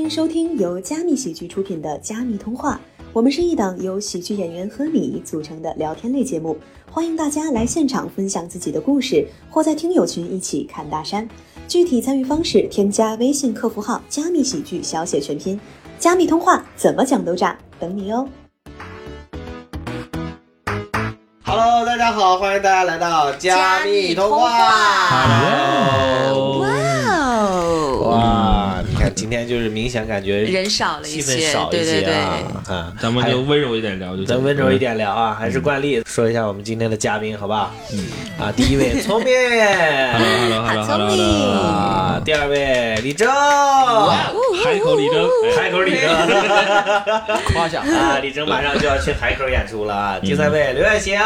迎收听由加密喜剧出品的加密通话。我们是一档由喜剧演员和你组成的聊天类节目，欢迎大家来现场分享自己的故事，或在听友群一起看大山。具体参与方式，添加微信客服号加密喜剧小写全拼，加密通话怎么讲都炸，等你哦。 Hello， 大家好，欢迎大家来到加密通话。Hello， 哇，你看今天就是明显感觉人少了一些， 气氛少一些啊。 啊，咱们就温柔一点聊， 咱温柔一点聊啊，还是惯例，说一下我们今天的嘉宾，好不好？啊，第一位聪明 ，Hello， 啊，第二位李征， 海口李征， 夸奖啊，李征马上就要去海口演出了。第三位刘远行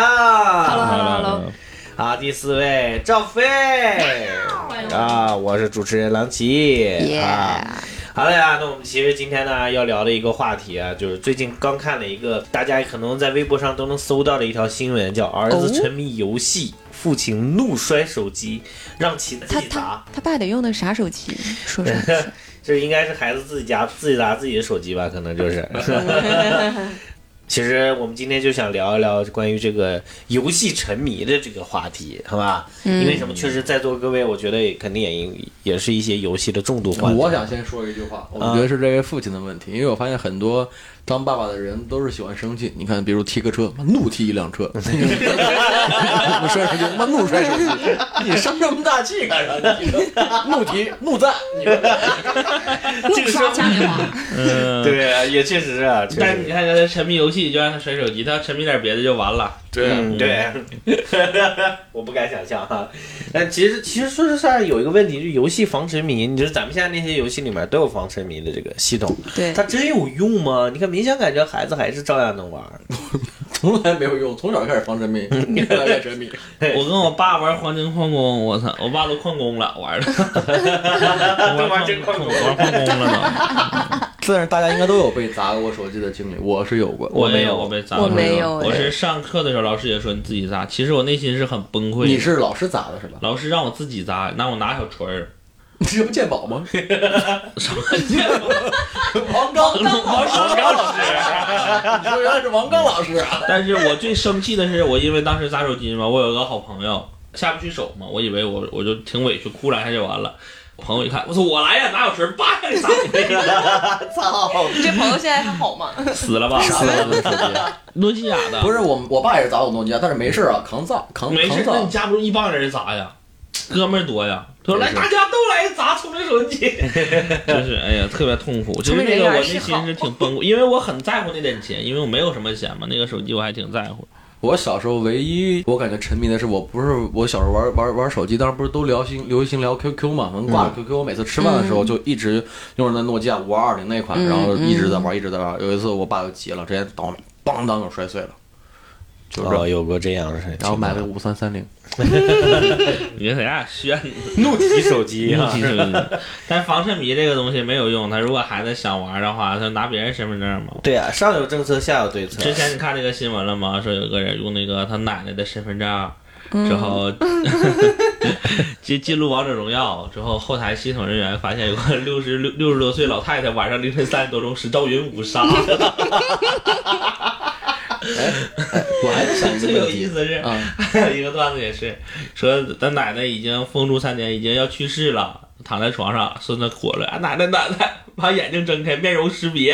，Hello， 啊，第四位赵飞啊，我是主持人郎奇啊。好了呀，那我们其实今天呢要聊的一个话题啊，就是最近刚看了一个大家可能在微博上都能搜到的一条新闻，叫儿子沉迷游戏，父亲怒摔手机，让其自己砸。 他爸得用的啥手机？说说。 这应该是孩子自己砸自己的手机吧，可能就是。其实我们今天就想聊一聊关于这个游戏沉迷的这个话题，好吧？因为什么？确实在座各位，我觉得肯定也是一些游戏的重度患者。 我想先说一句话，我觉得是这位父亲的问题，因为我发现很多当爸爸的人都是喜欢生气。你看，比如踢个车，怒踢一辆车，我摔手机，怒摔手机，你生这么大气干啥？怒踢怒赞， 怒刷嘉年华。 对啊，也确实是啊。 但是你看他沉迷游戏，就让他摔手机；他沉迷点别的就完了。 对，我不敢想象哈。但其实说实话，有一个问题，就是游戏防沉迷。你说咱们现在那些游戏里面都有防沉迷的这个系统， 对， 它真有用吗？你看，明显感觉孩子还是照样能玩， 从来没有用，从小开始防沉迷，越来越沉迷。 我跟我爸玩黄金矿工，我操，我爸都矿工了，玩的， 都玩真矿工， 玩矿工了都。 但是大家应该都有被砸过手机的经历，我是有过。 我没有，我被砸过。 我没有， 我是上课的时候，老师也说你自己砸，其实我内心是很崩溃。 你是老师砸的是吧？ 老师让我自己砸，让我拿小锤儿。 你这不鉴宝吗？ 什么鉴宝？ 王刚老师，你说原来是王刚老师啊！ 但是我最生气的是，我因为当时砸手机嘛，我有个好朋友下不去手嘛，我以为我就挺委屈，哭两下就完了。朋友一看，我说我来呀，拿小锤叭给你砸你！ 操！你这朋友现在还好吗？ 死了吧？ 啥手机？ 诺基亚的。 不是我爸也是砸我诺基亚，但是没事啊，扛造。 没事，那你家不是一帮人砸呀？哥们儿多呀！他说来，大家都来砸聪明手机，就是哎呀，特别痛苦。就是那个我内心是挺崩溃，因为我很在乎那点钱，因为我没有什么钱嘛，那个手机我还挺在乎。 我小时候唯一我感觉沉迷的是，我小时候玩手机，当时不是都流行聊 QQ 嘛，能挂着 QQ，我每次吃饭的时候就一直用着那诺基亚5220那款，然后一直在玩。有一次我爸就急了，直接当就摔碎了。 就是有过这样的事情， 然后买了5330。 你跟谁俩炫？ 怒踢手机， 怒踢手机。但防沉迷这个东西没有用，他如果孩子想玩的话，他拿别人身份证嘛。 对啊，上有政策，下有对策。 之前你看这个新闻了吗？说有个人用那个他奶奶的身份证。之后进入王者荣耀之后，后台系统人员发现有个60多岁老太太晚上凌晨3点多钟使赵云武杀。 我还想最有意思是，还有一个段子也是说，咱奶奶已经风烛3年，已经要去世了，躺在床上，孙子活了，奶奶把眼睛睁开，面容识别。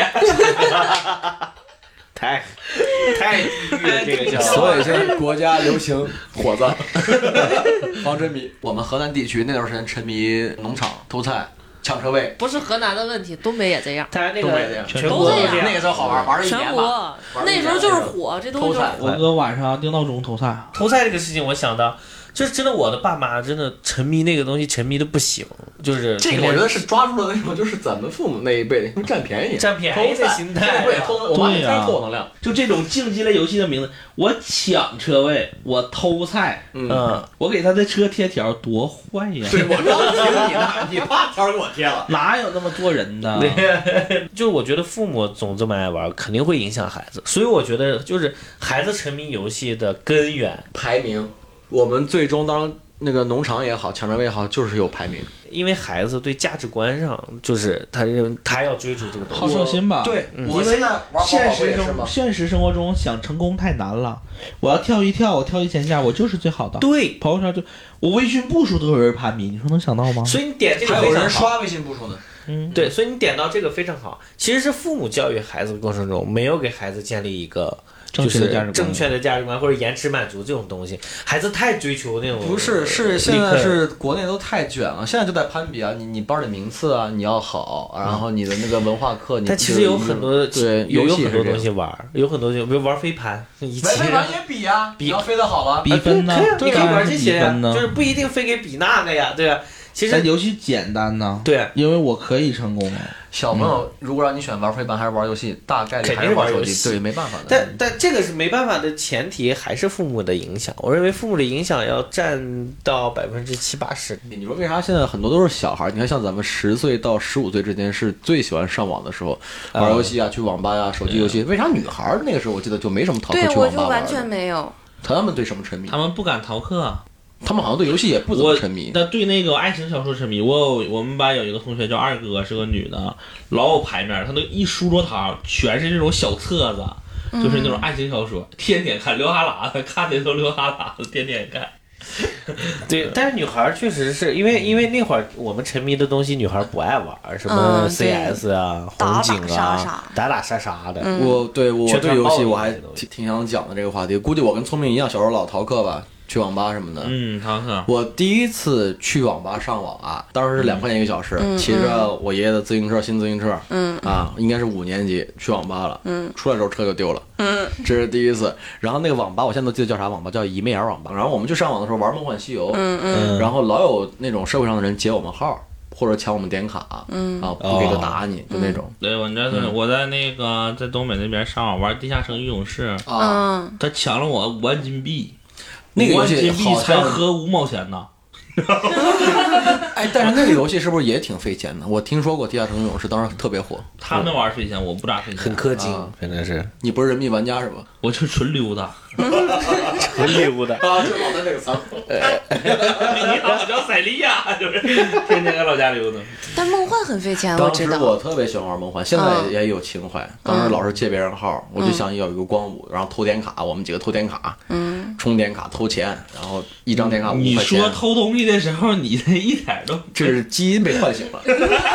太地狱了，这个叫。 所以现在国家流行火葬，防沉迷。我们河南地区那段时间沉迷农场偷菜。抢车位不是河南的问题，东北也这样。 他那个全国都这样。 那个时候好玩了一年吧。 那时候就是火，这东西就是火。 我哥晚上定闹钟偷菜。 偷菜这个事情，我想到，就是真的，我的爸妈真的沉迷那个东西，沉迷的不行。就是这个，我觉得是抓住了那种，就是咱们父母那一辈的占便宜的心态。对，我妈也开始偷能量。 就这种竞技类游戏的名字，我抢车位，我偷菜，我给他的车贴条，多坏呀！ 对，我刚听你的，你把条给我贴了， 哪有那么做人的？ 就是我觉得父母总这么爱玩，肯定会影响孩子。所以我觉得，就是孩子沉迷游戏的根源排名，我们最终当那个农场也好，抢占位也好，就是有排名。 因为孩子对价值观上，就是他要追逐这个东西， 好胜心吧。 对， 我现在现实生活中想成功太难了。我要跳一跳，我跳1000下，我就是最好的。 对， 朋友圈就我微信步数都有人攀比，你说能想到吗？ 所以你点这个还非常好， 有人刷微信步数呢。 对，所以你点到这个非常好。其实是父母教育孩子的过程中，没有给孩子建立一个就是正确的价值观或者延迟满足这种东西，孩子太追求那种。 不是，是现在是国内都太卷了，现在就在攀比啊，你班的名次啊，你要好，然后你的那个文化课， 但其实有很多对有很多东西玩，有很多东西，比如玩飞盘， 玩飞盘也比啊，你要飞得好了， 比分呢？ 你可以玩这些呀，就是不一定非给比那个呀，对啊。其实游戏简单呢， 对， 因为我可以成功啊。 小朋友如果让你选玩飞盘还是玩游戏，大概率还是玩手机，对，没办法的。但这个是没办法的前提，还是父母的影响。我认为父母的影响要占到70-80%。 你说为啥现在很多都是小孩？你看像咱们10岁到15岁之间是最喜欢上网的时候，玩游戏啊，去网吧呀，手机游戏。为啥女孩那个时候我记得就没什么逃课去网吧玩？ 对，我就完全没有。 他们对什么沉迷？ 他们不敢逃课。 他们好像对游戏也不怎么沉迷， 但对那个爱情小说沉迷。我们班有一个同学叫二哥，是个女的，老有牌面，她那一书桌堂全是这种小册子，就是那种爱情小说，天天看，流哈喇子，看的都流哈喇子，天天看。 对，但是女孩确实是因为那会儿我们沉迷的东西，女孩不爱玩，什么 CS 啊、红警啊、打杀杀的。 我对游戏我还挺想讲的这个话题，估计我跟聪明一样，小时候老逃课吧。去网吧什么的， 逃课。 我第一次去网吧上网啊，当时是2块钱1个小时，骑着我爷爷的自行车，新自行车，应该是5年级去网吧了，出来之后车就丢了，这是第一次。然后那个网吧我现在都记得叫啥网吧，叫怡媚园网吧。然后我们去上网的时候玩梦幻西游，然后老有那种社会上的人截我们号。或者抢我们点卡，不给就打你，就那种。 对，我在那个在东北那边上网玩地下城与勇士，他抢了我5万金币。 那个游戏才合5毛钱呢。 哎，但是那个游戏是不是也挺费钱的？我听说过《地下城与勇士》当时特别火。 他们玩费钱，我不咋费钱。 很氪金，反正是。 你不是人民玩家是吧？ 我就纯溜达。 纯溜达啊，就老在这个仓库。 你老叫塞利亚，就是天天在老家溜达。 但梦幻很费钱， 我知道。当时我特别喜欢玩梦幻，现在也有情怀。当时老是借别人号，我就想要一个光武，然后偷点卡，我们几个偷点卡，充点卡偷钱，然后一张点卡5块钱。 你说偷东西的时候，你这一点都这是基因被唤醒了，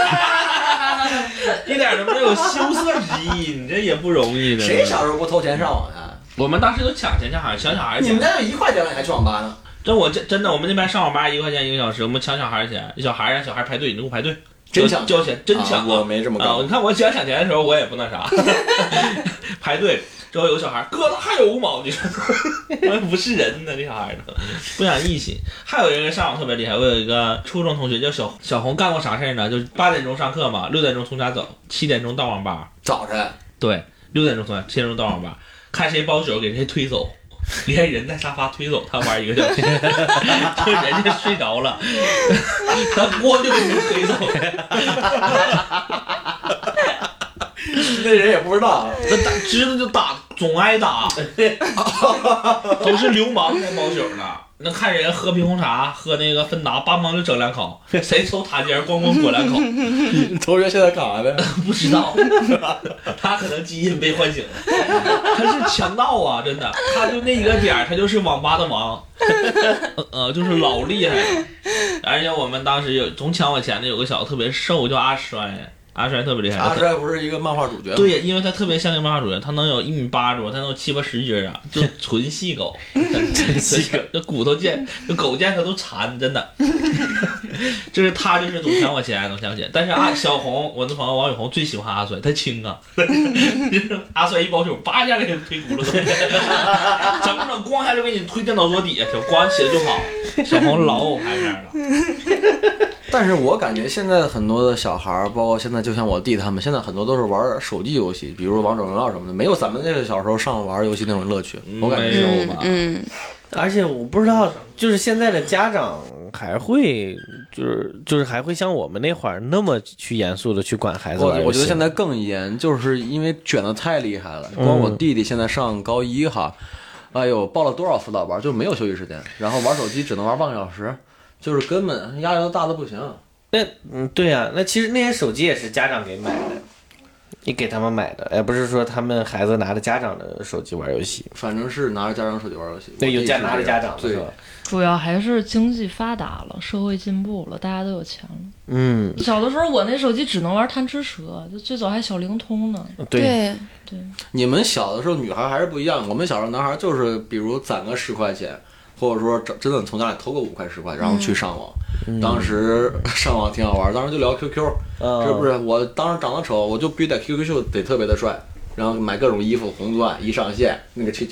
一点都没有羞涩之意，你这也不容易的。 谁小时候不偷钱上网呀？ 我们当时都抢钱，小孩钱。 你们那有1块钱了，你还去网吧呢？ 真的，我们那边上网吧1块钱1个小时，我们抢小孩钱，小孩排队，你给我排队， 真抢交钱，真抢。 我没这么干。 你看我抢钱的时候，我也不那啥，排队。之后有小孩，哥他还有5毛，你说不是人呢，这小孩呢不讲义气。还有一个人上网特别厉害，我有一个初中同学叫小红，干过啥事呢？就8点钟上课嘛，6点钟从家走，7点钟到网吧。 早晨对，6点钟从家，7点钟到网吧，看谁包宿给谁推走，连人在沙发推走，他玩1个小时，就人家睡着了，他咣就给人推走了。 那人也不知道， 那知道就打，总挨打，都是流氓在包宿呢。那看人喝冰红茶，喝那个芬达，梆梆就整2口，谁抽塔尖，咣咣啵2口。 同学现在干啥呢？ 不知道，他可能基因被唤醒了。他是强盗啊，真的，他就那一个点，他就是网吧的王，就是老厉害了。而且我们当时总抢我钱的有个小子特别瘦，叫阿衰。阿衰特别厉害， 阿衰不是一个漫画主角吗？ 对，因为他特别像个漫画主角，他能有1.8米多，他能有70-80斤啊，就纯细狗， 真细狗， 这骨头见，这狗见他都馋，真的。就是他就是总抢我钱，但是小红，我的朋友王雨红最喜欢阿衰，他轻啊，阿衰一包宿，叭一下给你推轱辘都，整咣一下就给你推电脑桌底下去，咣起来就跑。小红老有牌面了。 但是我感觉现在很多的小孩，包括现在就像我弟他们，现在很多都是玩手机游戏，比如王者荣耀什么的，没有咱们那个小时候上玩游戏那种乐趣。我感觉没有吧。 而且我不知道，就是现在的家长还会，就是还会像我们那会儿那么去严肃的去管孩子玩游戏。 我觉得现在更严，就是因为卷得太厉害了。光我弟弟现在上高1哈。 哎呦，报了多少辅导班就没有休息时间，然后玩手机只能玩半个小时，就是根本压力都大的不行。 那对呀，那其实那些手机也是家长给买的，你给他们买的，而不是说他们孩子拿着家长的手机玩游戏。 反正是拿着家长手机玩游戏。 对，有拿着家长的是吧？ 主要还是经济发达了，社会进步了，大家都有钱了。 嗯， 小的时候我那手机只能玩贪吃蛇，就最早还小灵通呢。 对， 你们小的时候女孩还是不一样，我们小时候男孩就是比如攒个10块钱，或者说真的从家里偷个5块10块，然后去上网。当时上网挺好玩，当时就聊 QQ，是不是？我当时长得丑，我就必须得 QQ 秀得特别的帅，然后买各种衣服，红钻一上线，那个上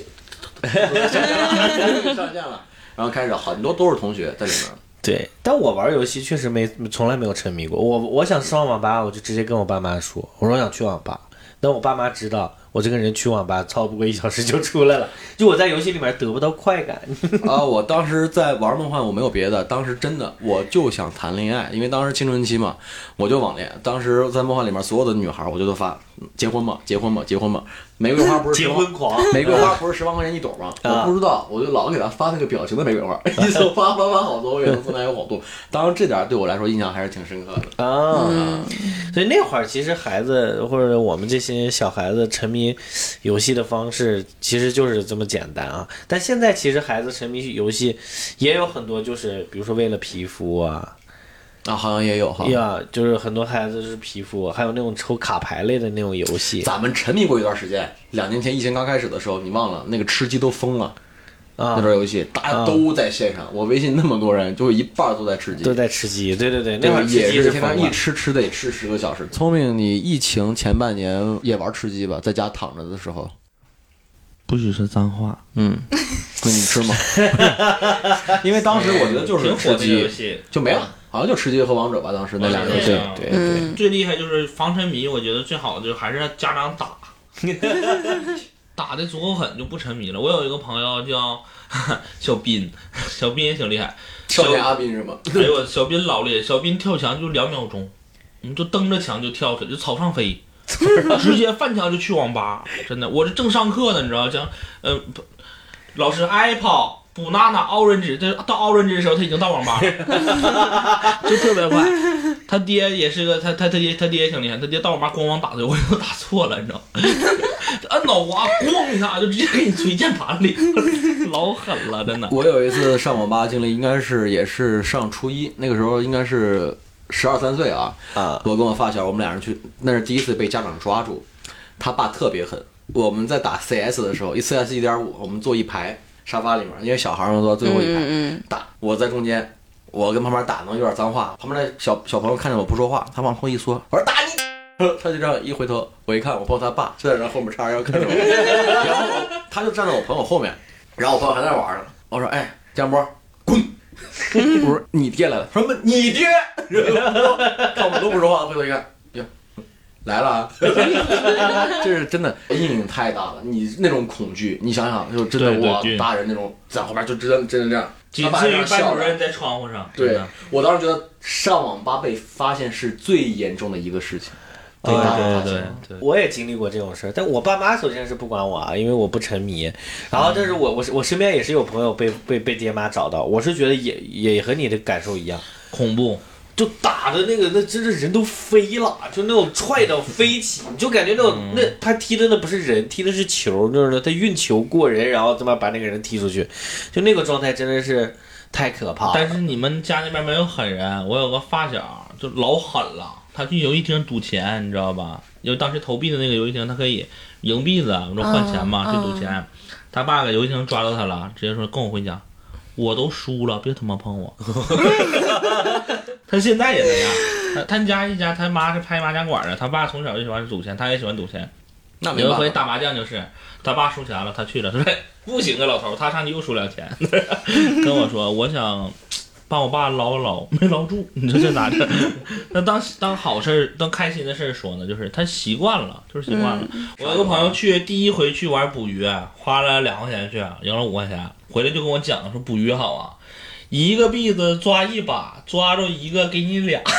线了，然后开始很多都是同学在里面。 对，但我玩游戏确实从来没有沉迷过。我想上网吧，我就直接跟我爸妈说，我说我想去网吧。但我爸妈知道我这个人去网吧操不过1小时就出来了，就我在游戏里面得不到快感。 我当时在玩梦幻，我没有别的，当时真的我就想谈恋爱，因为当时青春期嘛，我就网恋。当时在梦幻里面所有的女孩，我就都发结婚吧，结婚吧，结婚吧。玫瑰花不是结婚狂， 玫瑰花不是10万块钱一朵吗？我不知道，我就老给他发那个表情的玫瑰花，一直发好多，我给他送来有好多。当然这点对我来说印象还是挺深刻的所以那会儿其实孩子或者我们这些小孩子沉迷游戏的方式其实就是这么简单啊。但现在其实孩子沉迷游戏也有很多，就是比如说为了皮肤啊， 好像也有哈呀，就是很多孩子是皮肤，还有那种抽卡牌类的那种游戏。 咱们沉迷过一段时间，2年前疫情刚开始的时候，你忘了那个吃鸡都疯了。那段游戏大家都在线上，我微信那么多人，就一半都在吃鸡， 都在吃鸡。对，那会儿也是天天天一吃得吃10个小时。聪明，你疫情前半年也玩吃鸡吧？在家躺着的时候， 不许说脏话。 那你吃吗？因为当时我觉得就是吃鸡就没了，好像就吃鸡和王者吧，当时那俩游戏。 对， 最厉害就是防沉迷，我觉得最好的就还是家长打。打的足够狠就不沉迷了。我有一个朋友叫小斌，小斌也挺厉害。 少年阿斌是吗？ 哎呦，小斌老厉害，小斌跳墙就2秒钟，就蹬着墙就跳出来，就草上飞，直接翻墙就去网吧。真的，我这正上课呢，你知道，讲老师 Apple 补娜娜 Orange， 到 Orange 的时候他已经到网吧了，就特别快。他爹也是个他爹也挺厉害，他爹到网吧咣咣打的，我又打错了，你知道。按脑瓜咣一下就直接给你捶键盘里，老狠了，真的。 我有一次上网吧经历，应该是也是上初一，那个时候应该是12、13岁啊。我跟我发小，我们俩人去，那是第一次被家长抓住。他爸特别狠，我们在打 CS 的时候，CS 1.5，我们坐一排沙发里面，因为小孩们坐最后一排打，我在中间，我跟旁边打，能有点脏话，旁边的小朋友看着我不说话，他往后一缩，我说打你。他就这样一回头，我一看，我朋友他爸就在人后面叉腰看着我，然后他就站在我朋友后面，然后我朋友还在玩呢。我说：“哎，江波，滚！”我说：“你爹来了。”什么？你爹？看我们都不说话，回头一看，哟，来了啊！这是真的阴影太大了，你那种恐惧，你想想，就真的我大人那种在后边就真的这样。 仅次于班主任在窗户上。 对，我当时觉得上网吧被发现是最严重的一个事情。 对， 我也经历过这种事儿，但我爸妈首先是不管我啊，因为我不沉迷。然后，但是我身边也是有朋友被爹妈找到，我是觉得也和你的感受一样， 恐怖， 就打的那真是人都飞了，就那种踹到飞起，你就感觉那他踢的那不是人，踢的是球，就是他运球过人，然后这么把那个人踢出去，就那个状态真的是太可怕了。 但是你们家那边没有狠人，我有个发小就老狠了。他去游戏厅赌钱，你知道吧？因为当时投币的那个游戏厅，他可以赢币子，我说换钱嘛，去赌钱。他爸给游戏厅抓到他了，直接说跟我回家，我都输了，别他妈碰我。他现在也那样，他家一家，他妈是拍麻将馆的，他爸从小就喜欢赌钱，他也喜欢赌钱。有一回打麻将就是，他爸输钱了，他去了，说不行啊，老头，他上去又输2钱，跟我说我想。帮我爸捞，没捞住，你说这咋整？那当好事当开心的事说呢，就是他习惯了，就是习惯了。我有个朋友第一回去玩捕鱼，花了2块钱去，赢了5块钱，回来就跟我讲说捕鱼好啊，一个篦子抓一把，抓着一个给你俩，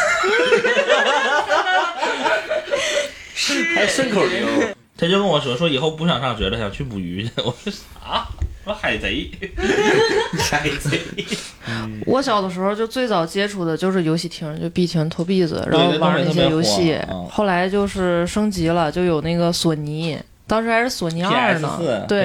还顺口溜。 他就跟我说以后不想上学了，想去捕鱼去。我说啥？ 说海贼， 海贼。 我小的时候就最早接触的就是游戏厅，就币圈投币子，然后玩那些游戏。后来就是升级了，就有那个索尼。当时还是索尼2呢，对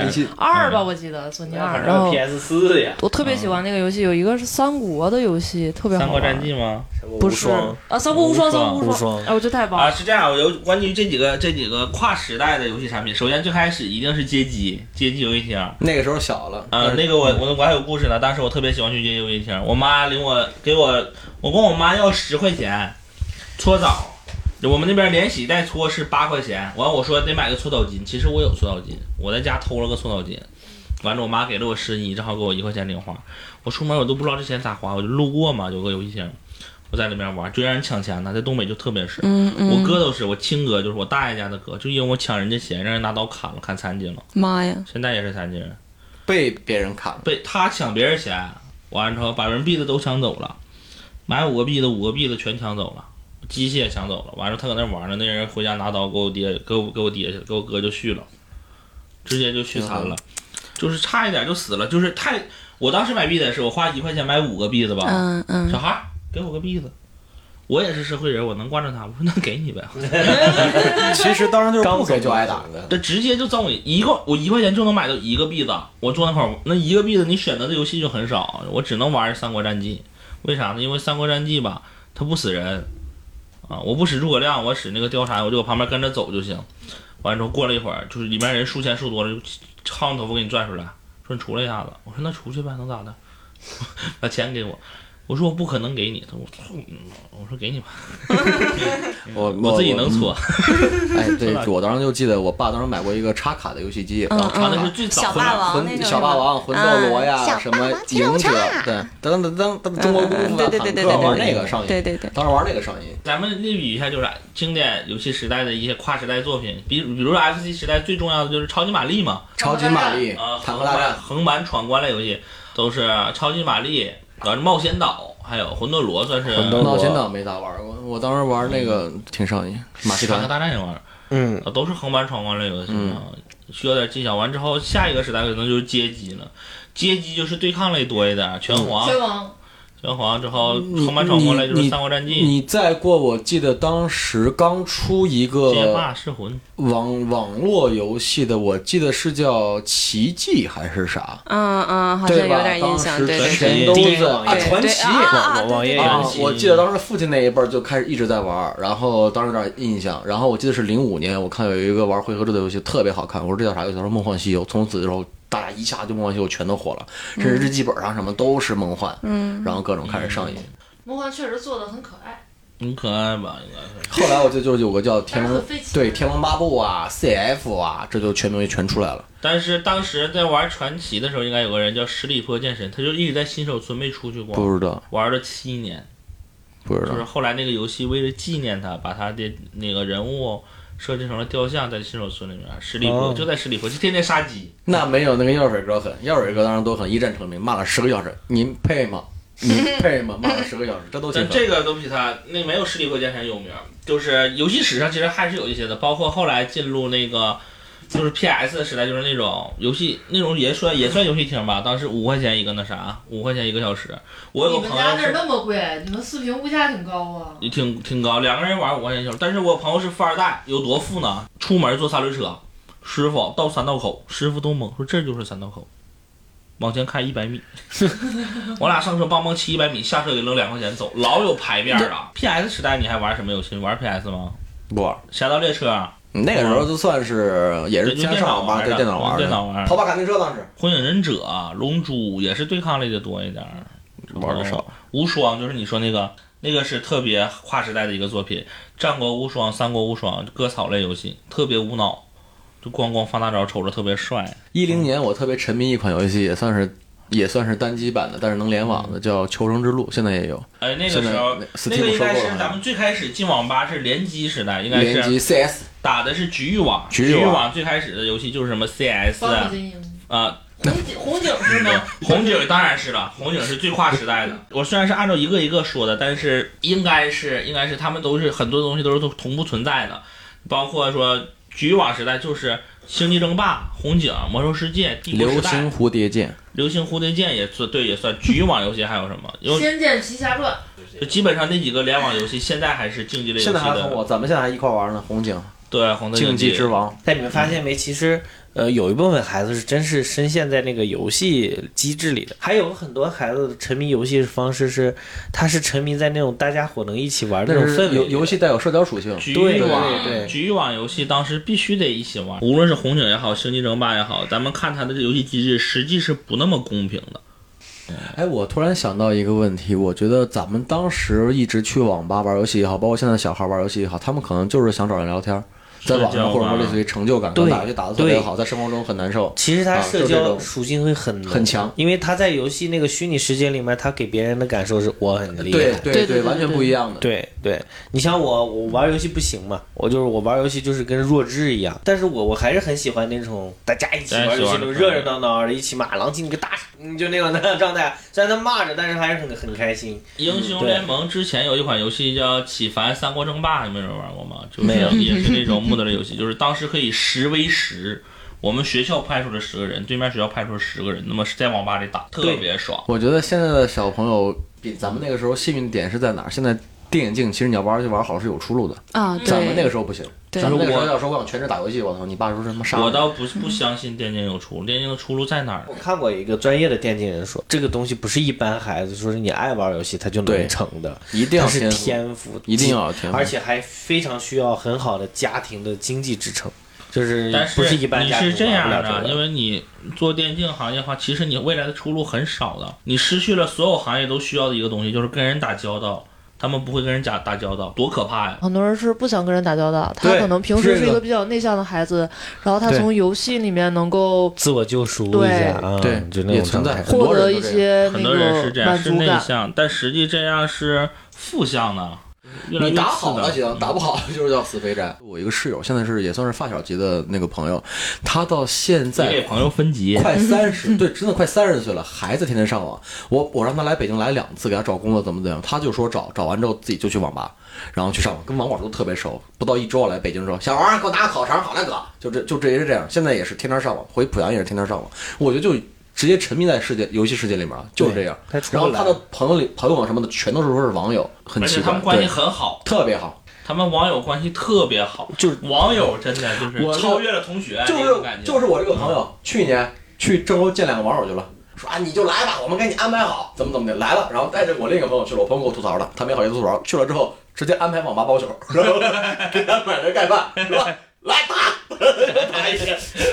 ，2吧，我记得索尼2，然后 PS4呀。 我特别喜欢那个游戏，有一个是三国的游戏，特别好玩。 三国战记吗？ 不是啊，三国无双，哎，我觉得太棒了。 是这样，有关于这几个跨时代的游戏产品，首先最开始一定是街机游戏厅。 那个时候小了， 那个我还有故事呢。当时我特别喜欢去街机游戏厅，我妈我跟我妈要10块钱搓澡。我们那边连洗带搓是8块钱，完我说得买个搓澡巾，其实我有搓澡巾，我在家偷了个搓澡巾，完了我妈给了我11，正好给我1块钱零花。我出门我都不知道这钱咋花，我就路过嘛，有个游戏厅，我在里面玩，就让人抢钱呢，在东北就特别是，我哥都是，我亲哥就是我大爷家的哥，就因为我抢人家钱，让人拿刀砍了，砍残疾了。 妈呀！ 现在也是残疾人， 被别人砍了， 被他抢别人钱，完了之后把人币子都抢走了，买5个币子全抢走了。机械抢走了，完了他搁那玩呢，那人回家拿刀给我哥就续了，直接就续残了，就是差一点就死了，就是我当时买币子是我花1块钱买5个币子吧，小孩给我个币子，我也是社会人，我能惯着他，我说那给你呗。 其实当时就是不给就挨打的， 这直接就赠我1块钱就能买到1个币子，我坐那块那1个币子你选择的游戏就很少，我只能玩三国战记，为啥呢？因为三国战记吧，它不死人。我不使诸葛亮，我使那个貂蝉，我就搁旁边跟着走就行。完了之后过了一会儿，就是里面人数钱数多了，就薅你头发给你拽出来，说你出来一下子。我说那出去呗，能咋的？把钱给我。我说我不可能给你。他说我说给你吧。我自己能搓。 哎，对，我当时就记得我爸当时买过一个插卡的游戏机，然后那是最早小霸王那种小霸王、魂斗罗呀，什么赢者，对，等中国功夫啊，坦克玩那个上瘾， 对， 当时玩那个上瘾。 咱们列举一下，就是经典游戏时代的一些跨时代作品，比如说 FC 时代最重要的就是超级玛丽嘛， 超级玛丽，坦克大战， 横版闯关类游戏都是超级玛丽。冒险岛还有魂斗罗算是。 冒险岛没咋玩过，我当时玩那个挺上瘾。马戏团坦克大战也玩，都是横版闯关类游戏，需要点技巧。完之后，下一个时代可能就是街机了，街机就是对抗类多一点，拳皇之后横版闯关类就是三国战记。 你再过，我记得当时刚出一个街霸噬魂网络游戏的，我记得是叫奇迹还是啥？ 好像有点印象，对， 全都在传奇网页游戏。我记得当时父亲那一辈就开始一直在玩，然后当时有点印象。然后我记得是05年，我看有一个玩回合制的游戏特别好看，我说这叫啥游戏？他说《梦幻西游》。从此之后，大家一下就《梦幻西游》全都火了，甚至日记本上什么都是梦幻，然后各种开始上瘾。 梦幻确实做的很可爱。 很可爱吧，应该是。 后来我记得就是有个叫天龙八部啊 ，CF 啊，这就全东西全出来了。 但是当时在玩传奇的时候，应该有个人叫十里坡剑神，他就一直在新手村没出去过。 不知道。 玩了7年。 不知道。 就是后来那个游戏为了纪念他，把他的那个人物设计成了雕像，在新手村里面。十里坡就在十里坡，就天天杀鸡。 那没有那个药水哥狠，药水哥当时都很一战成名，骂了10个小时，您配吗？你配吗？骂了10个小时，这都但这个都比他那没有十里坡剑神有名。就是游戏史上其实还是有一些的，包括后来进入那个就是 PS 的时代，就是那种游戏那种也算游戏厅吧。当时5块钱一个那啥，5块钱1个小时。我有个朋友， 你们家那儿那么贵，你们四平物价挺高啊。 挺高，2个人玩5块钱1小时。但是我朋友是富二代，有多富呢？出门坐3轮车，师傅到3道口，师傅都懵，说这就是3道口。往前开100米，我俩上车帮忙骑100米，下车给扔2块钱走，老有牌面了。PS 时代你还玩什么游戏？玩 PS 吗？ 不玩。 侠盗猎车， 那个时候就算是也是经常上网吧，对电脑玩。跑把卡丁车当时。 火影忍者、龙珠也是对抗类的多一点， 玩的少。 无双就是你说那个是特别跨时代的一个作品，战国无双、三国无双，割草类游戏，特别无脑。就光放大招，瞅着特别帅。 10年我特别沉迷一款游戏，也算是单机版的，但是能联网的，叫《求生之路》，现在也有。 哎，那个时候那个应该是咱们最开始进网吧是联机时代，应该是联机 CS 打的是局域网。局域网最开始的游戏就是什么 CS 啊。 红警是吗？ 红警当然是了，红警是最跨时代的。我虽然是按照一个一个说的，但是应该是他们都是很多东西都是同步存在的，包括说局域网时代就是星际争霸、红警、魔兽世界、帝国时代、 流星蝴蝶剑也算对，也算。局域网游戏还有什么？ 仙剑奇侠传， 就基本上那几个联网游戏现在还是竞技类游戏的。 现在还和咱们现在还一块玩呢，红警。 对，红竞技之王。 但你们发现没？其实有一部分孩子是真是深陷在那个游戏机制里的，还有很多孩子沉迷游戏方式是，他是沉迷在那种大家伙能一起玩的那种氛围。 游戏带有社交属性。 局域网游戏当时必须得一起玩，无论是红警也好，星际争霸也好，咱们看它的游戏机制实际是不那么公平的。 哎，我突然想到一个问题，我觉得咱们当时一直去网吧玩游戏也好，包括现在小孩玩游戏也好，他们可能就是想找人聊天，在网上或者说类似于成就感，打游戏打得特别好，在生活中很难受。 其实他社交属性会很强， 因为他在游戏那个虚拟世界里面，他给别人的感受是我很厉害， 对，完全不一样的。 对，你像我玩游戏不行嘛，我玩游戏就是跟弱智一样，但是我还是很喜欢那种大家一起玩游戏，热热闹闹的一起骂狼进个大，就那种状态。虽然他骂着，但是还是很开心。 英雄联盟之前有一款游戏叫《启凡三国争霸》，你们有人玩过吗？ 没有， 也是那种木的游戏，就是当时可以10 v 10。我们学校派出了10个人，对面学校派出了10个人，那么在网吧里打特别爽。 我觉得现在的小朋友比咱们那个时候幸运点是在哪儿？现在电影镜其实你要玩好是有出路的啊， 咱们那个时候不行。 对， 咱们那个时候要说我想全职打游戏，我操，你爸说什么杀我倒不相信电竞有出路，电竞的出路在哪儿？ 我看过一个专业的电竞人说，这个东西不是一般孩子说是你爱玩游戏他就能成的， 一定要是天赋， 一定要有天赋， 而且还非常需要很好的家庭的经济支撑。 但不是一般你是这样的，因为你做电竞行业的话，其实你未来的出路很少的，你失去了所有行业都需要的一个东西，就是跟人打交道。他们不会跟人打交道，多可怕呀！ 很多人是不想跟人打交道，他可能平时是一个比较内向的孩子，然后他从游戏里面能够自我救赎一下， 对， 就那种存在， 获得一些很多人是这样，是内感向，但实际这样是负向的。 你打好了行，打不好就是叫死肥宅。我一个室友现在也算是发小级的那个朋友，他到现在给朋友分级， 快30，对，真的快30岁了，孩子天天上网。我让他来北京来2次，给他找工作怎么样，他就说找完之后自己就去网吧，然后去上网，跟网管都特别熟。不到1周来北京之后，小王给我拿个烤肠，好嘞哥，就这也是这样。现在也是天天上网，回濮阳也是天天上网。我觉得就直接沉迷在游戏世界里面，就是这样。然后他的朋友什么的，全都是说是网友，很奇怪。 而且他们关系很好， 特别好。 他们网友关系特别好，就是网友真的就是超越了同学， 就是我这个朋友，去年去郑州见2个网友去了，说你就来吧，我们给你安排好，怎么的来了，然后带着我另一个朋友去了，我朋友给我吐槽的，他没好意思吐槽，去了之后直接安排网吧包宿，然后给他买人盖饭，说来打一天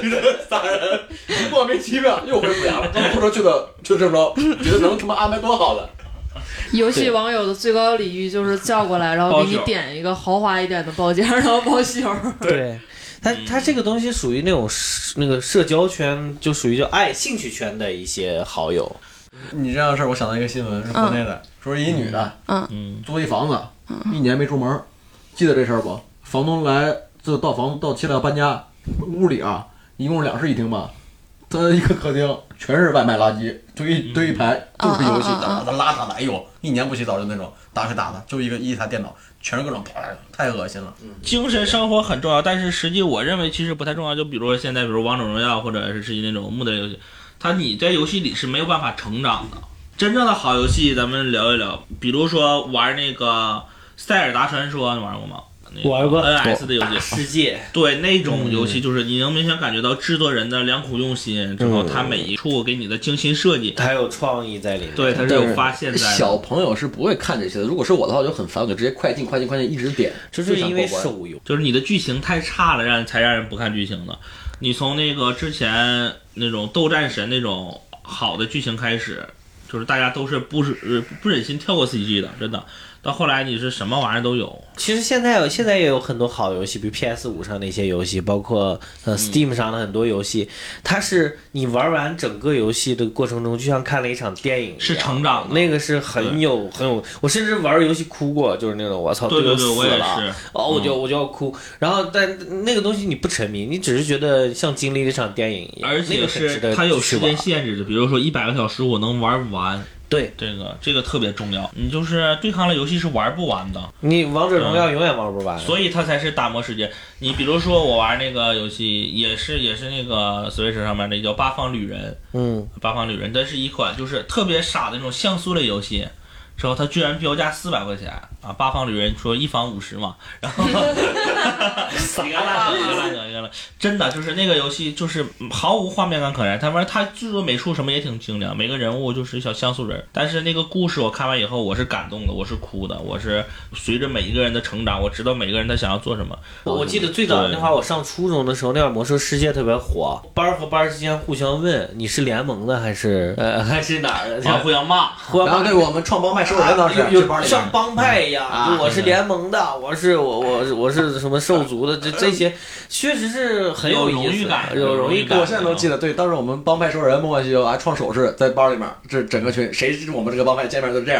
，3人莫名其妙又回濮阳了，不说去郑州，觉得能他妈安排多好了。 游戏网友的最高礼遇就是叫过来，然后给你点一个豪华一点的包间，然后包宿。 对，他这个东西属于那种那个社交圈，就属于就兴趣圈的一些好友。 你这样的事儿，我想到一个新闻，是国内的，说一女的，租一房子，1年没出门，记得这事儿不？房东来就到期了要搬家，屋里一共是2室1厅吧。他一个客厅全是外卖垃圾，堆一排都是游戏，打的邋遢的，哎呦，1年不洗澡就那种打水打的，就一台电脑，全是各种，太恶心了。 精神生活很重要，但是实际我认为其实不太重要。就比如说现在，比如王者荣耀或者是那种木的游戏，你在游戏里是没有办法成长的。真正的好游戏，咱们聊一聊，比如说玩那个塞尔达传说，你玩过吗？ 玩过 NS 的游戏世界， 对那种游戏，就是你能明显感觉到制作人的良苦用心，之后他每一处给你的精心设计， 他有创意在里面， 对，他是有发现在的。 小朋友是不会看这些的，如果是我的话，我就很烦，我就直接快进一直点， 就是因为手游， 就是你的剧情太差了，才让人不看剧情的。你从那个之前那种斗战神那种好的剧情开始，就是大家都是不忍心跳过 CG 的，真的。到后来你是什么玩意儿都有。 其实现在也有很多好游戏，比如 PS5 上的一些游戏，包括Steam 上的很多游戏，它是你玩完整个游戏的过程中，就像看了一场电影一样， 是成长的， 那个是很有，我甚至玩游戏哭过，就是那种我操， 对， 死了，我就要哭。然后但那个东西你不沉迷，你只是觉得像经历了一场电影一样， 而且是它有时间限制的，比如说100个小时我能玩完。 对， 这个特别重要。你就是对抗类游戏是玩不完的， 你王者荣耀永远玩不完， 所以它才是打磨时间。你比如说我玩那个游戏，也是那个 Switch 上面的叫《八方旅人》，八方旅人，这是一款就是特别傻的那种像素类游戏。之后它居然标价400块钱啊！八方旅人说一房50嘛，然后一个烂梗，真的就是那个游戏就是毫无画面感可言。它制作美术什么也挺精良，每个人物就是小像素人，但是那个故事我看完以后我是感动的，我是哭的，我是随着每一个人的成长，我知道每个人他想要做什么。 我记得最早那会儿我上初中的时候，那会儿魔兽世界特别火，班和班之间互相问你是联盟的还是哪儿的， 互相骂， 然后对我们创帮派收人当时有像帮派一样，我是联盟的，我是什么兽族的，这些确实是很有荣誉感， 有荣誉感。 我现在能记得，对，当时我们帮派收人，莫冠希就还创手势在班里面，这整个群谁是我们这个帮派见面都是这样，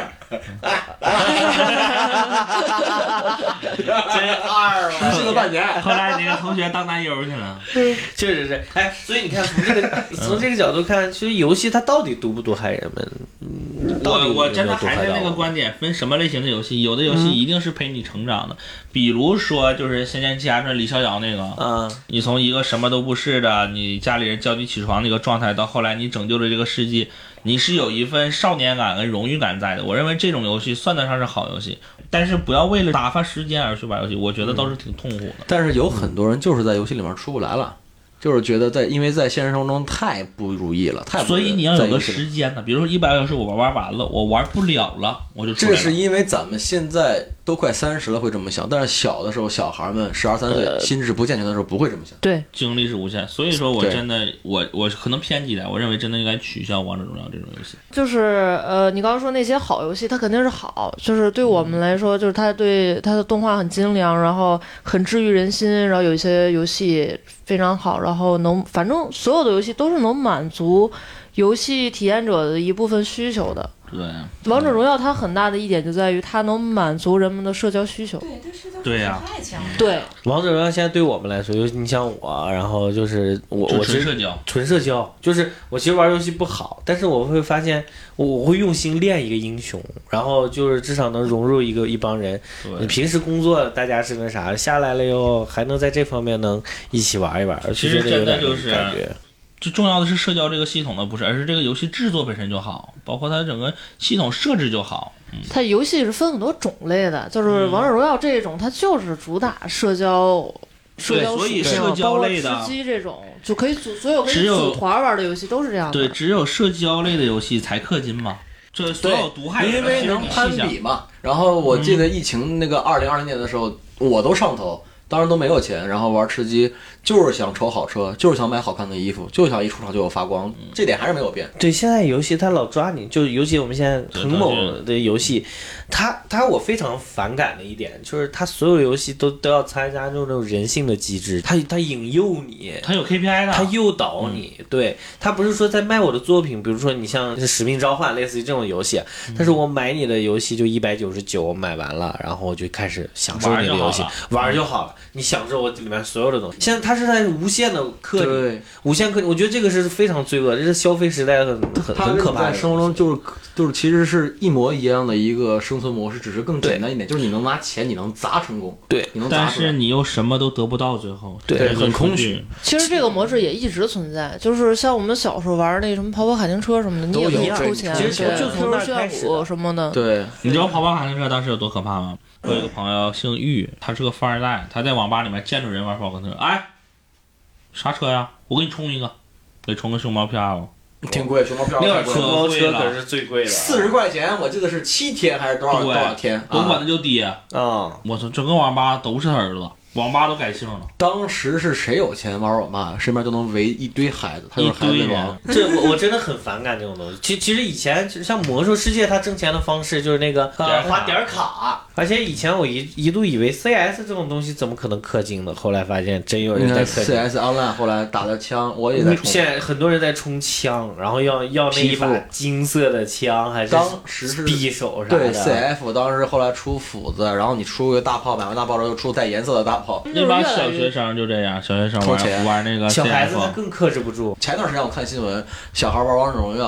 真二了， 持续了半年。 后来那个同学当男优去了， 确实是。哎，所以你看从这个角度看，其实游戏它到底毒不毒害人们？ 我真的还是那个观点，分什么类型的游戏，有的游戏一定是陪你成长的，比如说就是《仙剑奇侠传》李逍遥那个，你从一个什么都不是的，你家里人叫你起床那个状态，到后来你拯救了这个世界，你是有一份少年感跟荣誉感在的。我认为这种游戏算得上是好游戏，但是不要为了打发时间而去玩游戏，我觉得倒是挺痛苦的。 但是有很多人就是在游戏里面出不来了。就是觉得因为在现实生活中太不如意了， 所以你要有个时间呢。比如说100个小时我玩完了，我玩不了了，我就出来了。 这是因为咱们现在都快30了会这么想，但是小的时候小孩们12、13岁心智不健全的时候不会这么想。 对， 精力是无限，所以说我真的我可能偏激点，我认为真的应该取消王者荣耀这种游戏。 就是你刚刚说那些好游戏，它肯定是好，就是对我们来说，就是它对它的动画很精良，然后很治愈人心，然后有一些游戏非常好，然后反正所有的游戏都是能满足游戏体验者的一部分需求的。 对， 王者荣耀它很大的一点就在于它能满足人们的社交需求。 对，这社交需求太强了。 对， 王者荣耀现在对我们来说，尤其你像我，然后就是我纯社交，就是我其实玩游戏不好，但是我会发现我会用心练一个英雄，然后就是至少能融入一帮人。你平时工作大家是那啥下来了以后，还能在这方面能一起玩一玩， 其实真的就是感觉。最重要的是社交这个系统的不是，而是这个游戏制作本身就好，包括它整个系统设置就好。 它游戏是分很多种类的，就是王者荣耀这种，它就是主打社交所以社交类的吃鸡这种就可以所有可以组团玩的游戏都是这样的。 对，只有社交类的游戏才氪金嘛。这所有毒害因为能攀比嘛。然后我记得疫情那个2020年的时候，我都上头。当然都没有钱，然后玩吃鸡，就是想抽好车，就是想买好看的衣服，就是想一出场就有发光，这点还是没有变。 对，现在游戏它老抓你，就尤其我们现在很猛的游戏，它我非常反感的一点就是它所有游戏都要参加那种人性的机制，它引诱你， 它有 KPI 的， 它诱导你。对，它不是说在卖我的作品，比如说你像使命召唤类似于这种游戏，但是我买你的游戏就199，我买完了，然后我就开始享受你的游戏，玩就好了。你享受我里面所有的东西，现在它是在无限的氪你，无限氪你，我觉得这个是非常罪恶，这是消费时代很可怕的。 在生活中就是其实是一模一样的一个生存模式，只是更简单一点，就是你能拿钱，你能砸成功， 对， 你能砸出来， 但是你又什么都得不到，最后对， 很空虚。 其实这个模式也一直存在，就是像我们小时候玩那什么跑跑卡丁车什么的，你也可以抽钱， 其实就从那开始什么的。 对， 你知道跑跑卡丁车当时有多可怕吗？我有一个朋友姓玉，他是个富二代，他在网吧里面见着人玩跑跑卡丁车，哎，啥车呀？我给你充一个，给充个熊猫票。 挺贵，熊猫票。 那会儿熊猫车可是最贵的 ，40块钱，我记得是7天还是多少天？ 甭管的就跌啊！ 我操，整个网吧都是他儿子。网吧都改姓了。 当时是谁有钱玩网吧，身边都能围一堆孩子，他就是孩子王。 这我真的很反感这种东西。其实以前像魔兽世界，它挣钱的方式就是那个花点卡，而且以前我一度以为 CS 这种东西怎么可能氪金的，后来发现真有人在氪金。 CS Online 后来打的枪，我也在充。 现在很多人在充枪，然后要那一把金色的枪，还是当时是匕首啥的。 对 CF 当时后来出斧子，然后你出个大炮，买完大炮之后又出带颜色的大炮。 那帮小学生就这样，小学生玩那个 CF， 小孩子他更克制不住。 前段时间我看新闻，小孩玩王者荣耀。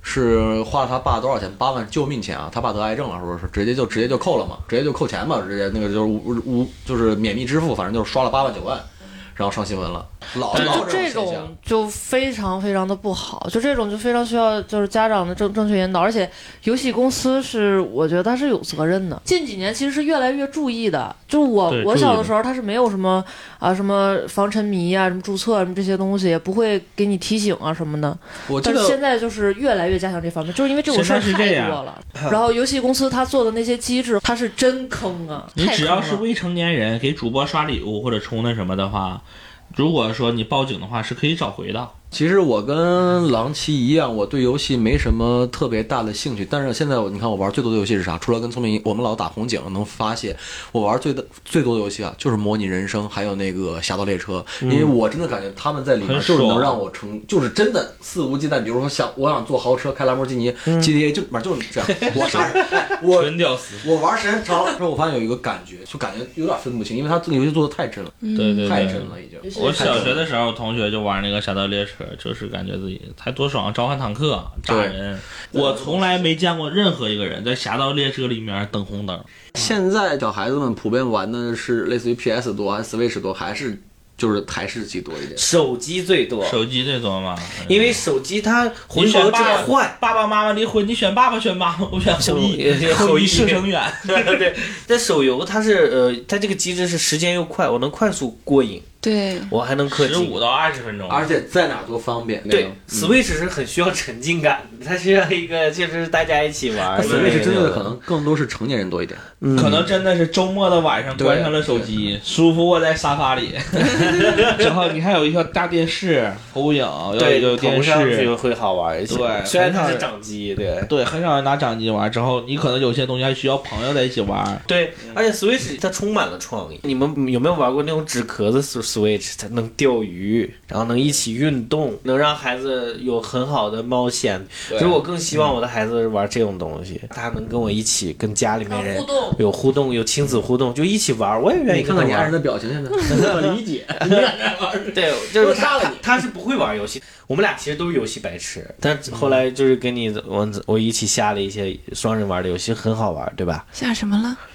是花了他爸多少钱？8万救命钱啊！他爸得癌症了，说是直接就扣了嘛，直接就扣钱嘛，直接那个就是免密支付，反正就是刷了8万9万。然后上新闻了， 这种就非常非常的不好，就这种就非常需要就是家长的正确引导，而且游戏公司是我觉得他是有责任的，近几年其实是越来越注意的，就是我小的时候他是没有什么什么防沉迷啊什么注册什么这些东西，也不会给你提醒啊什么的，但是现在就是越来越加强这方面，就是因为这种事儿太多了，然后游戏公司他做的那些机制他是真坑啊， 你只要是未成年人给主播刷礼物或者充那什么的话，如果说你报警的话是可以找回的。 其实我跟狼七一样，我对游戏没什么特别大的兴趣，但是现在你看我玩最多的游戏是啥？除了跟聪明我们老打红警能发泄，我玩最多的游戏啊，就是模拟人生，还有那个侠盗猎车，因为我真的感觉他们在里面就是能让我就是真的肆无忌惮。比如说我想坐豪车开兰博基尼，GTA 就是这样，我杀人，我玩时间长了之后，我发现有一个感觉，就感觉有点分不清，因为他这个游戏做的太真了， 对， 太真了已经。 我小学的时候，同学就玩那个侠盗猎车。就是感觉自己才多爽，召唤坦克炸人。我从来没见过任何一个人在侠盗猎车里面等红灯。 现在小孩子们普遍玩的是类似于 PS 多还是 Switch 多，还是就是台式机多一点？ 手机最多嘛， 因为手机它回合之快。 爸爸妈妈离婚，你选爸爸选妈妈，我选后羿射程远。 对，在手游它是它这个机制是时间又快，我能快速过瘾。 对， 我还能氪金 15到20分钟， 而且在哪都方便。 对，Switch 是很需要沉浸感的，它需要一个就是大家一起玩。 Switch 真的可能更多是成年人多一点， 可能真的是周末的晚上关上了手机，舒服卧在沙发里，然后你还有一个大电视投影，有电视会好玩一些。 对， 虽然它是掌机， 对，很少人拿掌机玩。之后你可能有些东西还需要朋友在一起玩。 对，而且 Switch 它充满了创意。你们有没有玩过那种纸壳子 Switch？它能钓鱼，然后能一起运动，能让孩子有很好的冒险。所以我更希望我的孩子玩这种东西，他能跟我一起，跟家里面人有互动，有亲子互动，就一起玩。我也愿意跟他玩。 你看看你爱人的表情，现在我理解。 对，就是他是不会玩游戏。我们俩其实都是游戏白痴，但后来就是跟你我一起下了一些双人玩的游戏，很好玩，对吧？ 下什么了？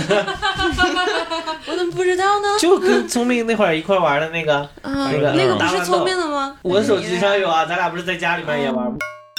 我怎么不知道呢？ 就跟聪明那会儿一块玩的那个， 那个不是聪明的吗？ 我手机上有啊，咱俩不是在家里面也玩吗？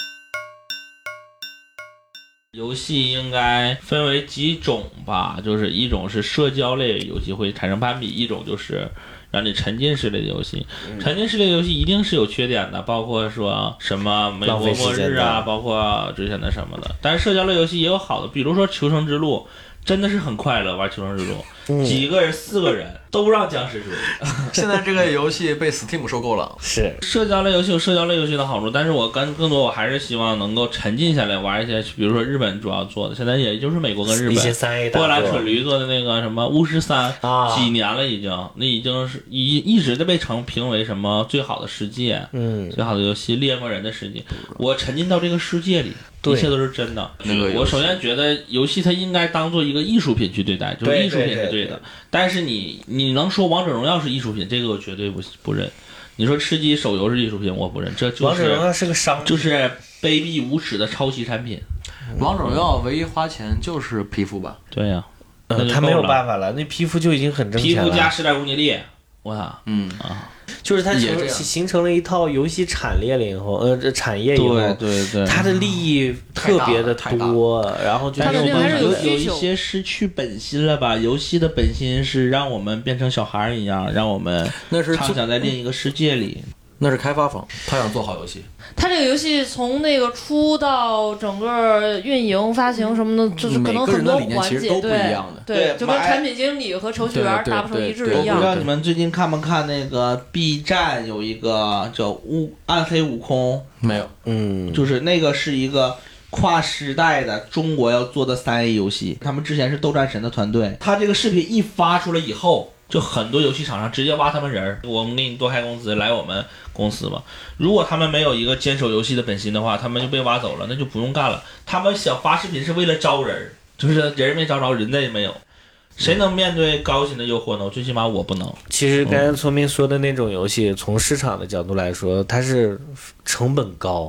游戏应该分为几种吧，就是一种是社交类游戏会产生攀比，一种就是让你沉浸式类的游戏。沉浸式类游戏一定是有缺点的，包括说什么美国末日啊，包括之前的什么的。但是社交类游戏也有好的，比如说求生之路。真的是很快乐玩求生之路，几个人4个人都让僵尸追。 现在这个游戏被 Steam 收购了。 是社交类游戏有社交类游戏的好处，但是我更多我还是希望能够沉浸下来玩一些，比如说日本主要做的，现在也就是美国跟日本波兰蠢驴做的那个什么巫师3，几年了已经，那已经是一直在被评为什么最好的世界，最好的游戏猎魔人的世界。我沉浸到这个世界里。一切都是真的。我首先觉得游戏它应该当做一个艺术品去对待，就是艺术品是对的。但是你能说王者荣耀是艺术品，这个我绝对不认。你说吃鸡手游是艺术品，我不认。这就是王者荣耀是个商品， 就是卑鄙无耻的抄袭产品。 王者荣耀唯一花钱就是皮肤吧？ 对呀， 他没有办法了，那皮肤就已经很挣钱了。 皮肤加10代攻击力，我操， 就是它形成了一套游戏产业了以后，产业以后， 对， 它的利益特别的多，然后但是有一些失去本心了吧？游戏的本心是让我们变成小孩一样，让我们畅想在另一个世界里。 那是开发方，他想做好游戏。 他这个游戏从那个出到整个运营、发行什么的，就是可能很多环节都不一样的。 对，就跟产品经理和程序员达不成一致一样。 我不知道你们最近看没看那个 B 站有一个叫暗黑悟空？ 没有， 就是那个是一个跨时代的中国要做的3A 游戏，他们之前是斗战神的团队，他这个视频一发出来以后。就很多游戏厂商直接挖他们人，我们给你多开工资来我们公司吧。如果他们没有一个坚守游戏的本心的话，他们就被挖走了，那就不用干了。他们想发视频是为了招人，就是人没招着，人也没有。谁能面对高薪的诱惑呢？最起码我不能。 其实刚才聪明说的那种游戏，从市场的角度来说，它是成本高。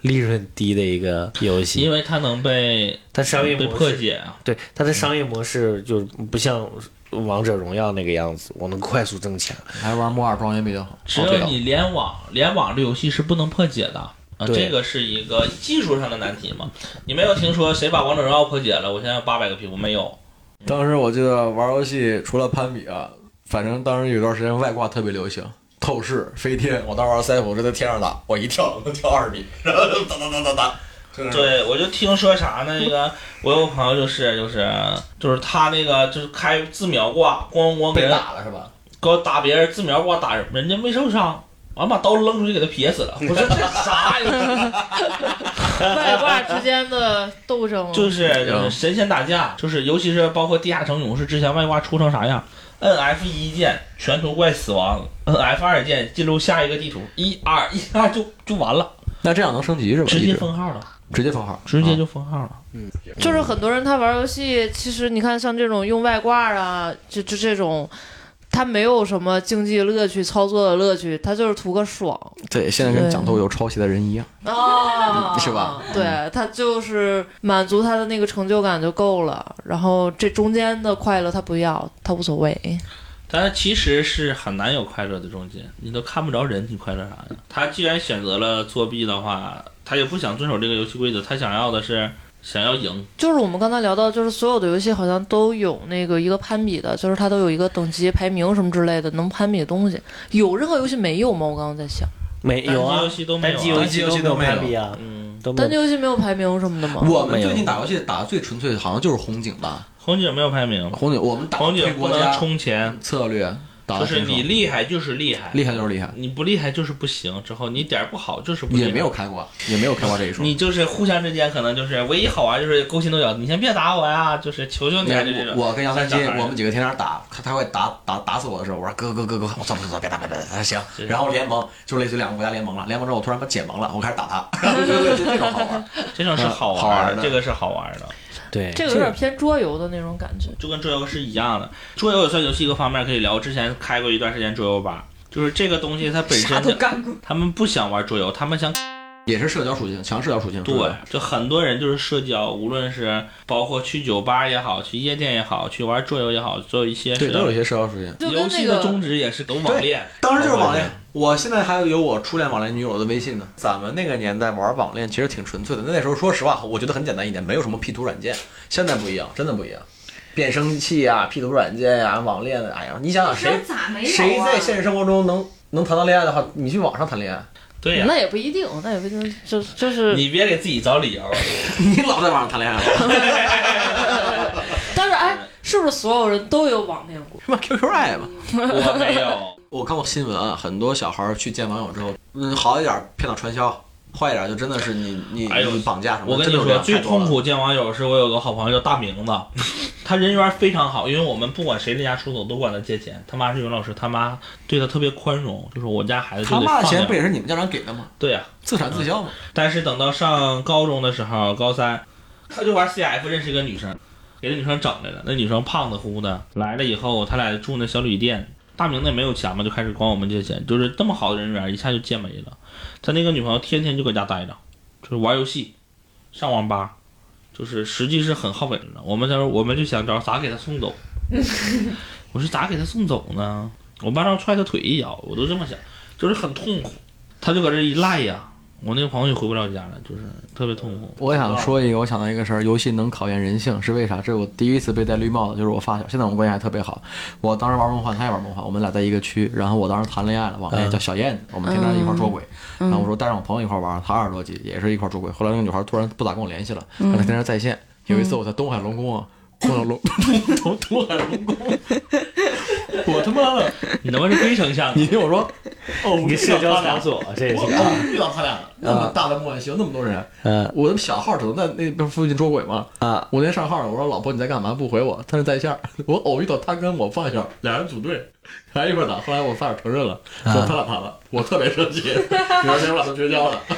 利润低的一个游戏， 因为它能被它商业模式被破解啊。 对，它的商业模式就不像王者荣耀那个样子，我能快速挣钱。 还是玩摩尔庄园比较好。 只有你联网的游戏是不能破解的。这个是一个技术上的难题嘛？你没有听说谁把王者荣耀破解了？我现在有800个皮肤没有。 当时我记得玩游戏除了攀比啊，反正当时有段时间外挂特别流行，透视、飞天。我当时玩赛普是在天上打，我一跳能跳20米，然后打。 对，我就听说啥呢？那个我有个朋友就是他那个就是开自秒挂，咣给人打了是吧？ 给我打别人自秒挂打人家没受伤。完把刀扔出去给他撇死了，我说这啥呀？ 外挂之间的斗争， 就是神仙打架，就是尤其是包括地下城勇士之前外挂出成啥样 ，N F1键全图怪死亡 ，N F2键进入下一个地图，1、2就完了。 那这样能升级是吧？ 直接封号了， 直接封号， 直接就封号了。 就是很多人他玩游戏，其实你看像这种用外挂啊，就这种。他没有什么竞技乐趣、操作的乐趣，他就是图个爽。 对，现在跟讲透有抄袭的人一样啊， 是吧？ 对，他就是满足他的那个成就感就够了，然后这中间的快乐他不要，他无所谓。 但其实是很难有快乐的中间，你都看不着人，你快乐啥呀？他既然选择了作弊的话，他也不想遵守这个游戏规则，他想要的是。想要赢， 就是我们刚才聊到，就是所有的游戏好像都有那个一个攀比的，就是它都有一个等级排名什么之类的能攀比的东西。有任何游戏没有吗？我刚刚在想， 没有啊， 单机游戏都没有， 单机游戏都没有攀比啊， 单机游戏没有排名什么的吗？ 我们最近打游戏打的最纯粹的，好像就是红警吧。 红警没有排名， 红警我们打红警不能充钱策略。 就是你厉害就是厉害， 厉害就是厉害， 你不厉害就是不行。之后你点不好就是不行， 也没有开过这一说。 你就是互相之间可能就是唯一好玩就是勾心斗角，你先别打我呀，就是求求你啊！ 我跟杨三金，我们几个天天打，他会打死我的时候，我说哥，我走，别打，行。然后联盟就类似于两个国家联盟了，联盟之后我突然把解盟了，我开始打他，这种好玩， 这种是好玩的，这个是好玩的。 对， 这个有点偏桌游的那种感觉， 就跟桌游是一样的。桌游也算游戏一个方面可以聊。之前开过一段时间桌游吧，就是这个东西它本身他们不想玩桌游，他们想也是社交属性，强社交属性。 对，就很多人就是社交，无论是包括去酒吧也好，去夜店也好，去玩桌游也好，做一些对都有一些社交属性。 游戏的宗旨也是都网恋， 当时就是网恋。我现在还有我初恋网恋女友的微信呢。咱们那个年代玩网恋其实挺纯粹的，那时候说实话，我觉得很简单一点，没有什么 P 图软件。现在不一样，真的不一样。变声器啊 ，P 图软件呀、网恋的，哎呀，你想想谁在现实生活中能谈到恋爱的话，你去网上谈恋爱。 对呀， 那也不一定，就是你别给自己找理由， 你老在网上谈恋爱了。 但是是不是所有人都有网恋过？ 是吧 ？QQ 爱嘛。 我没有。 我看过新闻啊，很多小孩去见网友之后，好一点骗到传销，坏一点就真的是你绑架什么。 我跟你说，最痛苦见网友是我有个好朋友叫大明子，他人缘非常好，因为我们不管谁离家出走都管他借钱。他妈是语文老师，他妈对他特别宽容，就是我家孩子就得放他妈的钱不也是你们家长给的吗？ 对呀， 自产自销嘛。 但是等到上高中的时候，高3，他就玩 CF 认识一个女生，给那女生整来了。那女生胖子乎的，来了以后，他俩住那小旅店。大明的也没有钱嘛，就开始管我们借钱，就是这么好的人缘，一下就借没了。他那个女朋友天天就搁家待着，就是玩游戏，上网吧，就是实际是很耗本的。我们就想找咋给他送走。我说咋给他送走呢？我马上踹他腿一脚，我都这么想，就是很痛苦。他就搁这一赖呀。我那个朋友就回不了家了，就是特别痛苦。 我想说一个，我想到一个事儿，游戏能考验人性是为啥？这是我第一次被戴绿帽子，就是我发小，现在我们关系还特别好。我当时玩梦幻，他也玩梦幻，我们俩在一个区，然后我当时谈恋爱了，网恋叫小燕子，我们天天一块捉鬼。然后我说带上我朋友一块玩，他20多级，也是一块捉鬼。后来那个女孩突然不咋跟我联系了，她天天在线。有一次我在东海龙宫啊，东海龙宫。我他妈的， 你他妈是龟丞相！ 你听我说， 你社交场所这是我遇到他俩了，那么大的莫万修，那么多人，我的小号只能在那边附近捉鬼嘛。我那天上号了，我说老婆你在干嘛？不回我，他是在线。我偶遇到他跟我发小俩人组队，还一块打。后来我发小承认了，说他俩谈了，我特别生气，第二天我俩都绝交了。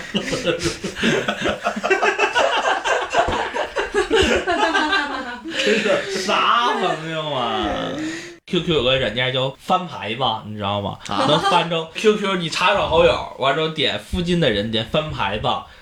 真是啥朋友啊！QQ 有个软件叫翻牌吧，你知道吗？能翻着 QQ， 你查找好友，完之后点附近的人，点翻牌吧，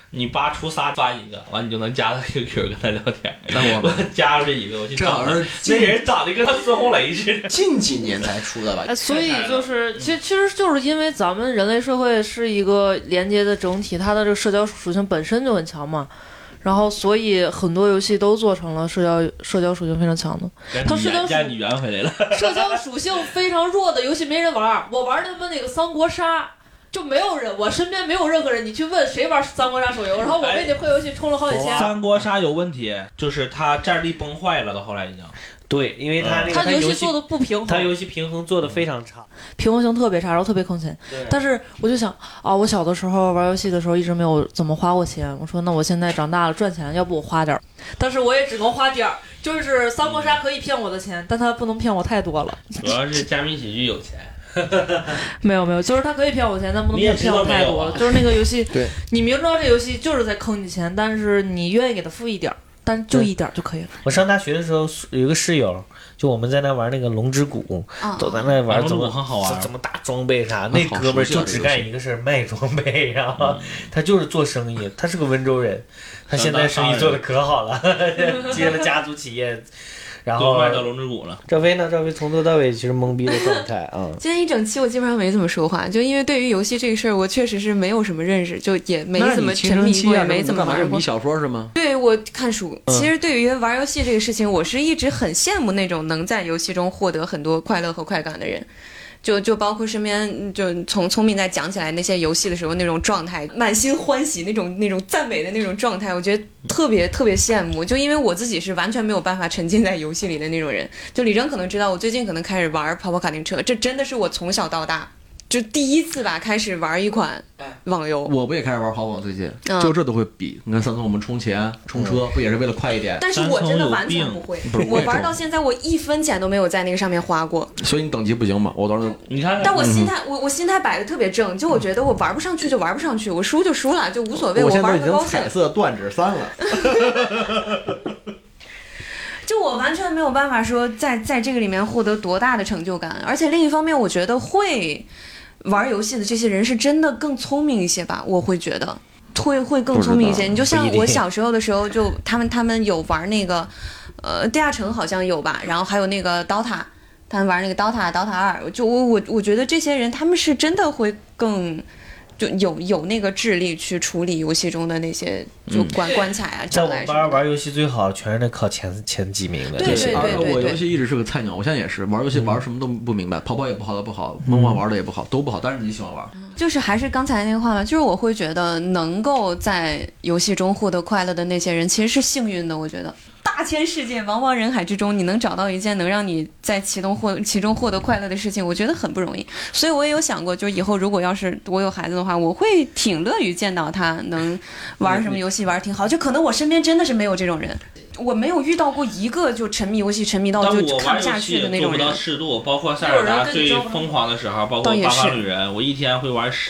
你拔除仨翻一个，完你就能加到 QQ 跟他聊天。 但我加入这一个，我去这好像是那人长得跟他孙红雷似的。 近几年才出的吧？ 所以就是其实就是因为咱们人类社会是一个连接的整体，它的这个社交属性本身就很强嘛。然后，所以很多游戏都做成了社交属性非常强的。它你圆回来了。 社交属性非常弱的游戏没人玩。我玩他们那个三国杀，就没有人，我身边没有任何人。你去问谁玩三国杀手游，然后我为那破游戏充了好几千。 三国杀有问题，就是它战力崩坏了，到后来已经。 对，因为他那个他游戏做的不平衡， 他游戏平衡做的非常差， 平衡性特别差，然后特别坑钱。但是我就想啊，我小的时候玩游戏的时候一直没有怎么花过钱，我说那我现在长大了赚钱，要不我花点，但是我也只能花点。就是三国杀可以骗我的钱，但他不能骗我太多了。 主要是加密喜剧有钱。 没有，就是他可以骗我钱，但不能骗我太多了。就是那个游戏， 对， 你明知道这游戏就是在坑你钱，但是你愿意给他付一点，但就一点就可以了。 我上大学的时候有一个室友，就我们在那玩那个龙之谷，都在那玩怎么打装备啥，那哥们儿就只干一个事儿，卖装备，然后他就是做生意，他是个温州人，他现在生意做的可好了，接了家族企业。然后卖到龙之谷了。 赵飞呢？赵飞从头到尾其实懵逼的状态啊。 今天一整期我基本上没怎么说话，就因为对于游戏这个事儿，我确实是没有什么认识，就也没怎么沉迷过，也没怎么玩过。 你小说是吗？ 对，我看书。其实对于玩游戏这个事情，我是一直很羡慕那种能在游戏中获得很多快乐和快感的人。就包括身边就从聪明在讲起来那些游戏的时候那种状态，满心欢喜那种赞美的那种状态，我觉得特别特别羡慕。就因为我自己是完全没有办法沉浸在游戏里的那种人。就李征可能知道，我最近可能开始玩跑跑卡丁车，这真的是我从小到大就第一次吧开始玩一款网游。 我不也开始玩跑网最近，就这都会比。你看三层我们充钱充车不也是为了快一点？ 但是我真的完全不会，我玩到现在我1分钱都没有在那个上面花过。 所以你等级不行嘛？我当时你看， 但我心态我心态摆的特别正，就我觉得我玩不上去就玩不上去，我输就输了，就无所谓。 我现在已经玩个高兴。 彩色断指3了。 就我完全没有办法说在这个里面获得多大的成就感，而且另一方面，我觉得会玩游戏的这些人是真的更聪明一些吧，我会觉得会更聪明一些。你就像我小时候的时候，就他们有玩那个地下城好像有吧，然后还有那个 DOTA， 他们玩那个 DOTA 2，就我觉得这些人他们是真的会更。就有那个智力去处理游戏中的那些就关卡啊障碍。 在我们玩游戏最好全是那考前几名的。 对。 我游戏一直是个菜鸟，我现在也是玩游戏玩什么都不明白，跑也不好的不好，梦幻玩的也不好，都不好。但是你喜欢玩， 就是还是刚才那个话嘛，就是我会觉得能够在游戏中获得快乐的那些人其实是幸运的，我觉得。大千世界，茫茫人海之中，你能找到一件能让你在其中获得快乐的事情，我觉得很不容易。所以我也有想过，就以后如果要是我有孩子的话，我会挺乐于见到他能玩什么游戏玩挺好。就可能我身边真的是没有这种人，我没有遇到过一个就沉迷游戏沉迷到就看不下去的那种人。 做不到适度，包括塞尔达最疯狂的时候，包括八方旅人，我一天会玩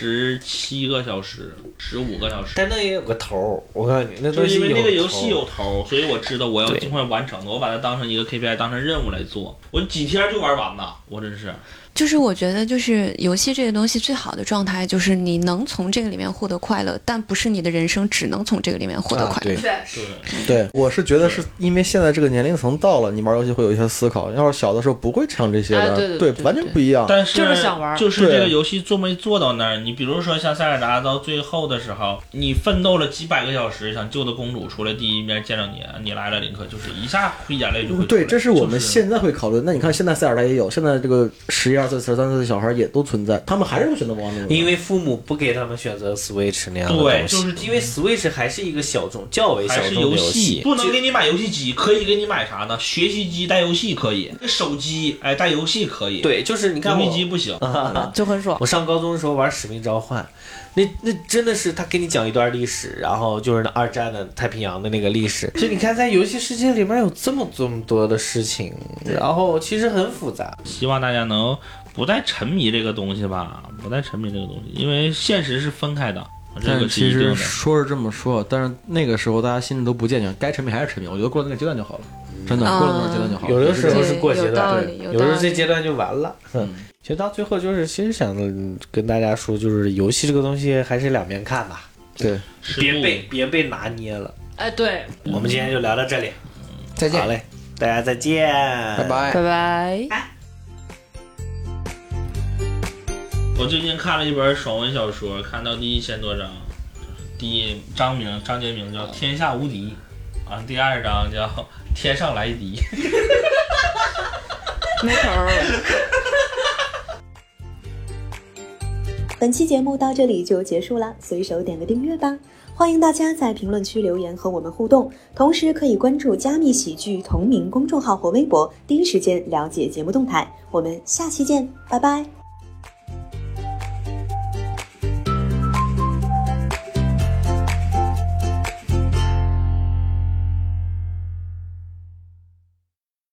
17个小时、15个小时。 但那也有个头，我告诉你，那就是因为那个游戏有头，所以我知道我要尽快完成的，我把它当成一个 KPI， 当成任务来做。我几天就玩完了，我真是。 就是我觉得，就是游戏这个东西最好的状态，就是你能从这个里面获得快乐，但不是你的人生只能从这个里面获得快乐。 对，我是觉得是因为现在这个年龄层到了，你玩游戏会有一些思考。要是小的时候不会想这些的， 对， 完全不一样。 但是就是想玩， 就是这个游戏做没做到那儿。你比如说像塞尔达到最后的时候，你奋斗了几百个小时，想救的公主出来第一面见着你来了，林克就是一下眼泪就会出来。 对，这是我们现在会考虑。那你看现在塞尔达也有，现在这个11、12岁、13岁的小孩也都存在，他们还是会选择王者。 因为父母不给他们选择 Switch 那样的东西， 就是因为 Switch 还是一个较为小众的游戏， 不能给你买游戏机，可以给你买啥呢？学习机带游戏可以，手机带游戏可以。 对，就是你看游戏机不行， 就很爽。 我上高中的时候玩《使命召唤》，那真的是他给你讲一段历史，然后就是那2战的太平洋的那个历史。所以你看，在游戏世界里面有这么多的事情，然后其实很复杂。 希望大家能不再沉迷这个东西吧，不再沉迷这个东西，因为现实是分开的。 但是其实说是这么说，但是那个时候大家心里都不健全，该沉迷还是沉迷。我觉得过了那个阶段就好了，真的过了那个阶段就好了。 有的时候是过阶段，有的时候这阶段就完了。其实到最后就是，其实想跟大家说，就是游戏这个东西还是两面看吧。 对， 别被拿捏了。 哎，对， 我们今天就聊到这里， 再见。 好嘞，大家再见， 拜拜， 拜拜。 我最近看了一本爽文小说，看到第1000多章，张杰明叫《天下无敌》啊，第2章叫《天上来敌》， 没头儿。 本期节目到这里就结束了，随手点个订阅吧。欢迎大家在评论区留言和我们互动，同时可以关注加密喜剧同名公众号或微博，第一时间了解节目动态。我们下期见，拜拜。